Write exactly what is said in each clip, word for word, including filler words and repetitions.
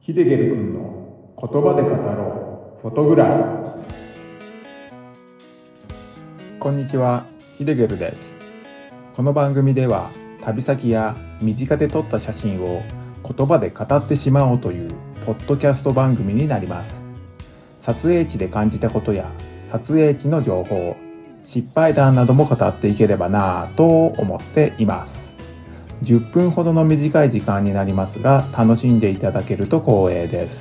ヒデゲル君の言葉で語ろうフォトグラフ。こんにちは、ヒデゲルです。この番組では旅先や身近で撮った写真を言葉で語ってしまおうというポッドキャスト番組になります。撮影地で感じたことや撮影地の情報、失敗談なども語っていければなぁと思っています。じゅっぷんほどの短い時間になりますが、楽しんでいただけると光栄です。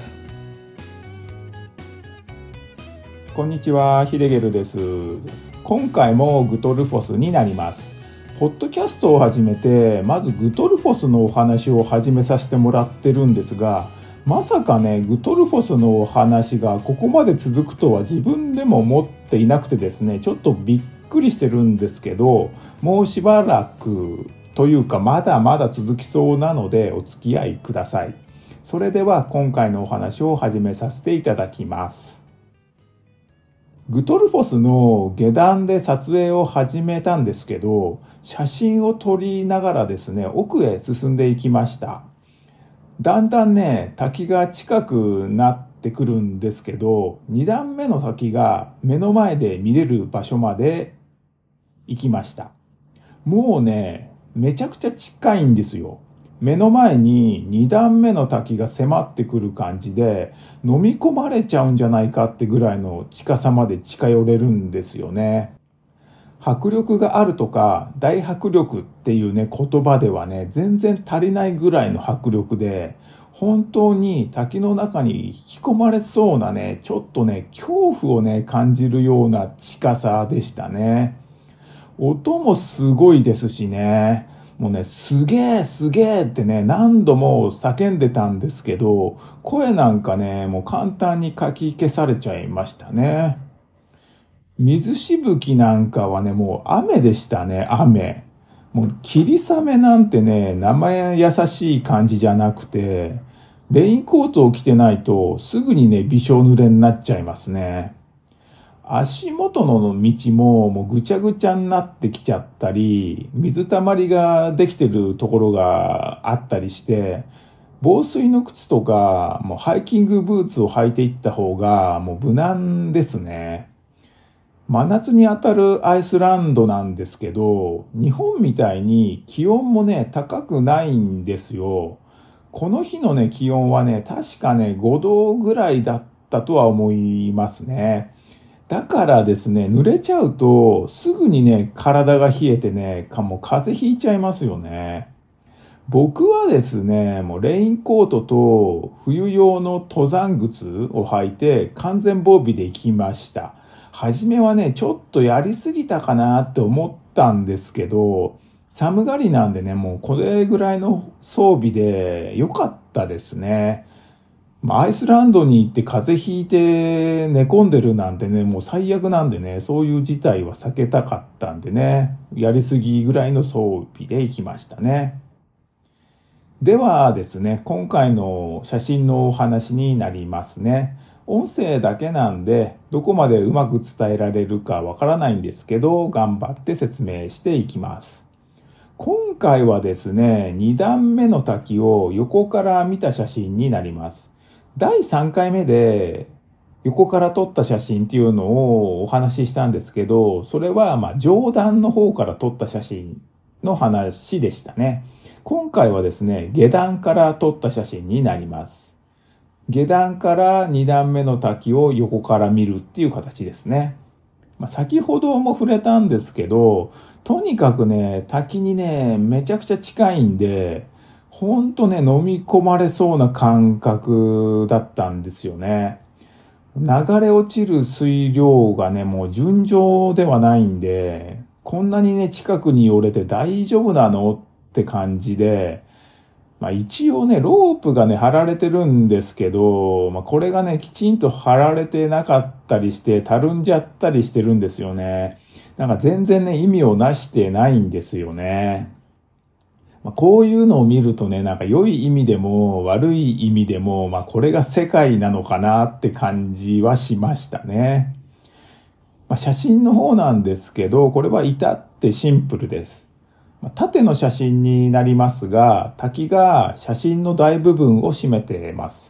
こんにちは、ヒデゲルです。今回もグトルフォスになります。ポッドキャストを始めて、まずグトルフォスのお話を始めさせてもらってるんですが、まさかね、グトルフォスのお話がここまで続くとは自分でも思っていなくてですね、ちょっとびっくりしてるんですけど、もうしばらくというかまだまだ続きそうなのでお付き合いください。それでは今回のお話を始めさせていただきます。グトルフォスの下段で撮影を始めたんですけど、写真を撮りながらですね、奥へ進んでいきました。だんだんね、滝が近くなってくるんですけど、に段目の滝が目の前で見れる場所まで行きました。もうね、めちゃくちゃ近いんですよ。目の前にに段目の滝が迫ってくる感じで、飲み込まれちゃうんじゃないかってぐらいの近さまで近寄れるんですよね。迫力があるとか大迫力っていうね言葉ではね全然足りないぐらいの迫力で、本当に滝の中に引き込まれそうなねちょっとね恐怖をね感じるような近さでしたね。音もすごいですしね、もうねすげえすげえってね何度も叫んでたんですけど、声なんかねもう簡単にかき消されちゃいましたね。水しぶきなんかはね、もう雨でしたね、雨。もう霧雨なんてね、生優しい感じじゃなくて、レインコートを着てないとすぐにね、びしょ濡れになっちゃいますね。足元の道ももうぐちゃぐちゃになってきちゃったり、水たまりができてるところがあったりして、防水の靴とか、もうハイキングブーツを履いていった方がもう無難ですね。真夏に当たるアイスランドなんですけど、日本みたいに気温もね、高くないんですよ。この日のね、気温はね、確かね、ごどぐらいだったとは思いますね。だからですね、濡れちゃうと、すぐにね、体が冷えてね、かもう風邪ひいちゃいますよね。僕はですね、もうレインコートと冬用の登山靴を履いて完全防備で行きました。はじめはね、ちょっとやりすぎたかなって思ったんですけど、寒がりなんでね、もうこれぐらいの装備で良かったですね。アイスランドに行って風邪ひいて寝込んでるなんてね、もう最悪なんでね、そういう事態は避けたかったんでね、やりすぎぐらいの装備で行きましたね。ではですね、今回の写真のお話になりますね。音声だけなんで、どこまでうまく伝えられるかわからないんですけど、頑張って説明していきます。今回はですね、に段目の滝を横から見た写真になります。だいさんかいめで横から撮った写真っていうのをお話ししたんですけど、それはまあ上段の方から撮った写真の話でしたね。今回はですね、下段から撮った写真になります。下段からに段目の滝を横から見るっていう形ですね。まあ、先ほども触れたんですけど、とにかくね、滝にね、めちゃくちゃ近いんで、ほんとね、飲み込まれそうな感覚だったんですよね。流れ落ちる水量がね、もう尋常ではないんで、こんなにね、近くに寄れて大丈夫なのって感じで、まあ一応ね、ロープがね、張られてるんですけど、まあこれがね、きちんと張られてなかったりして、たるんじゃったりしてるんですよね。なんか全然ね、意味をなしてないんですよね。まあ、こういうのを見るとね、なんか良い意味でも悪い意味でも、まあこれが世界なのかなって感じはしましたね。まあ、写真の方なんですけど、これは至ってシンプルです。縦の写真になりますが、滝が写真の大部分を占めています。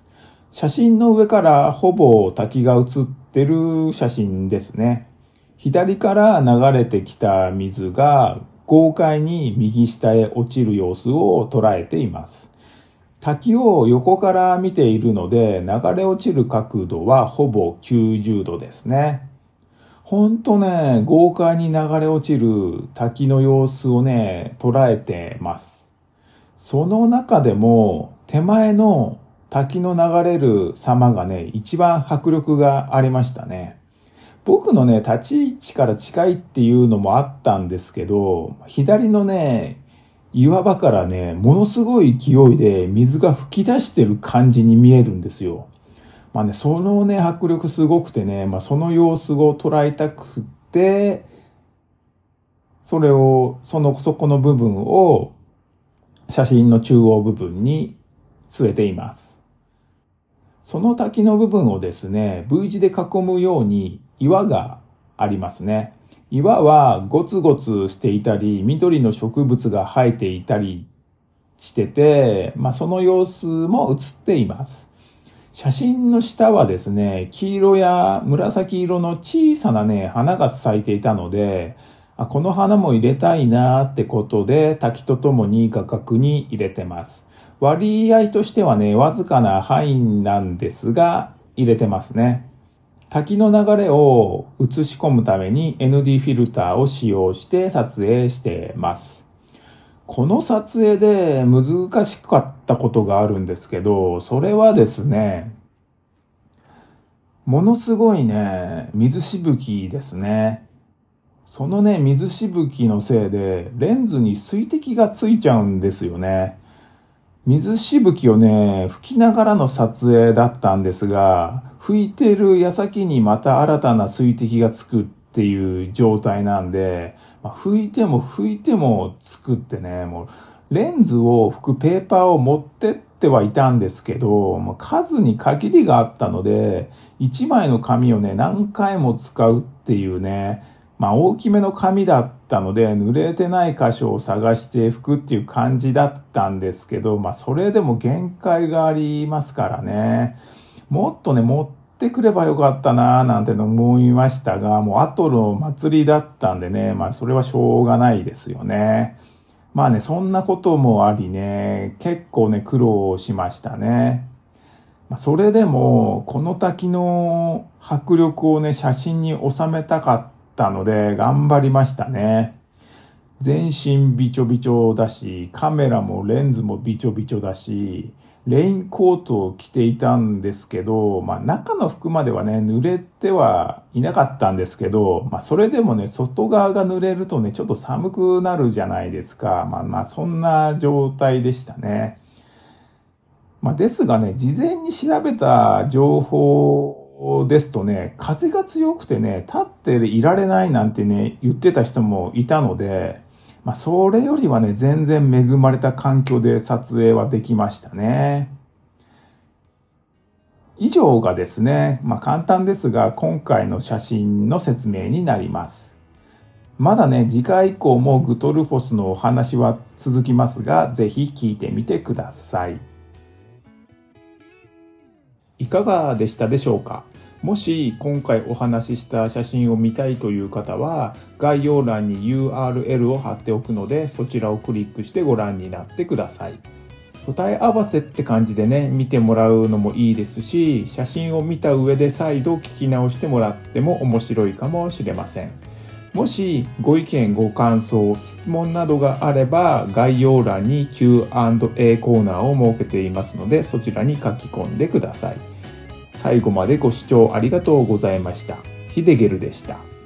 写真の上からほぼ滝が写ってる写真ですね。左から流れてきた水が豪快に右下へ落ちる様子を捉えています。滝を横から見ているので、流れ落ちる角度はほぼきゅうじゅうどですね。ほんとね、豪快に流れ落ちる滝の様子をね、捉えてます。その中でも手前の滝の流れる様がね、一番迫力がありましたね。僕のね、立ち位置から近いっていうのもあったんですけど、左のね、岩場からね、ものすごい勢いで水が噴き出してる感じに見えるんですよ。まあね、そのね、迫力すごくてね、まあその様子を捉えたくて、それを、その、そこの部分を写真の中央部分に据えています。その滝の部分をですね、V 字で囲むように岩がありますね。岩はゴツゴツしていたり、緑の植物が生えていたりしてて、まあその様子も写っています。写真の下はですね、黄色や紫色の小さなね、花が咲いていたので、あ、この花も入れたいなってことで、滝とともに画角に入れてます。割合としてはね、わずかな範囲なんですが、入れてますね。滝の流れを映し込むために エヌディー フィルターを使用して撮影してます。この撮影で難しかったことがあるんですけど、それはですね、ものすごいね、水しぶきですね。そのね、水しぶきのせいでレンズに水滴がついちゃうんですよね。水しぶきをね、吹きながらの撮影だったんですが、吹いてる矢先にまた新たな水滴がつくっていう状態なんで、まあ、吹いても吹いてもつくってね、もうレンズを拭くペーパーを持ってってはいたんですけど、もう数に限りがあったので、一枚の紙をね、何回も使うっていうね、まあ大きめの紙だったので濡れてない箇所を探して拭くっていう感じだったんですけど、まあそれでも限界がありますからね。もっとね、持ってくればよかったなーなんて思いましたが、もう後の祭りだったんでね、まあそれはしょうがないですよね。まあね、そんなこともありね、結構ね、苦労しましたね。まあ、それでも、この滝の迫力をね、写真に収めたかったので、頑張りましたね。全身びちょびちょだし、カメラもレンズもびちょびちょだし、レインコートを着ていたんですけど、まあ中の服まではね、濡れてはいなかったんですけど、まあそれでもね、外側が濡れるとね、ちょっと寒くなるじゃないですか。まあまあそんな状態でしたね。まあですがね、事前に調べた情報ですとね、風が強くてね、立っていられないなんてね、言ってた人もいたので、まあそれよりはね、全然恵まれた環境で撮影はできましたね。以上がですね、まあ簡単ですが、今回の写真の説明になります。まだね、次回以降もグトルフォスのお話は続きますが、ぜひ聞いてみてください。いかがでしたでしょうか？もし今回お話しした写真を見たいという方は、概要欄に ユーアールエル を貼っておくので、そちらをクリックしてご覧になってください。答え合わせって感じでね、見てもらうのもいいですし、写真を見た上で再度聞き直してもらっても面白いかもしれません。もしご意見ご感想質問などがあれば、概要欄に キューアンドエー コーナーを設けていますので、そちらに書き込んでください。最後までご視聴ありがとうございました。ヒデゲルでした。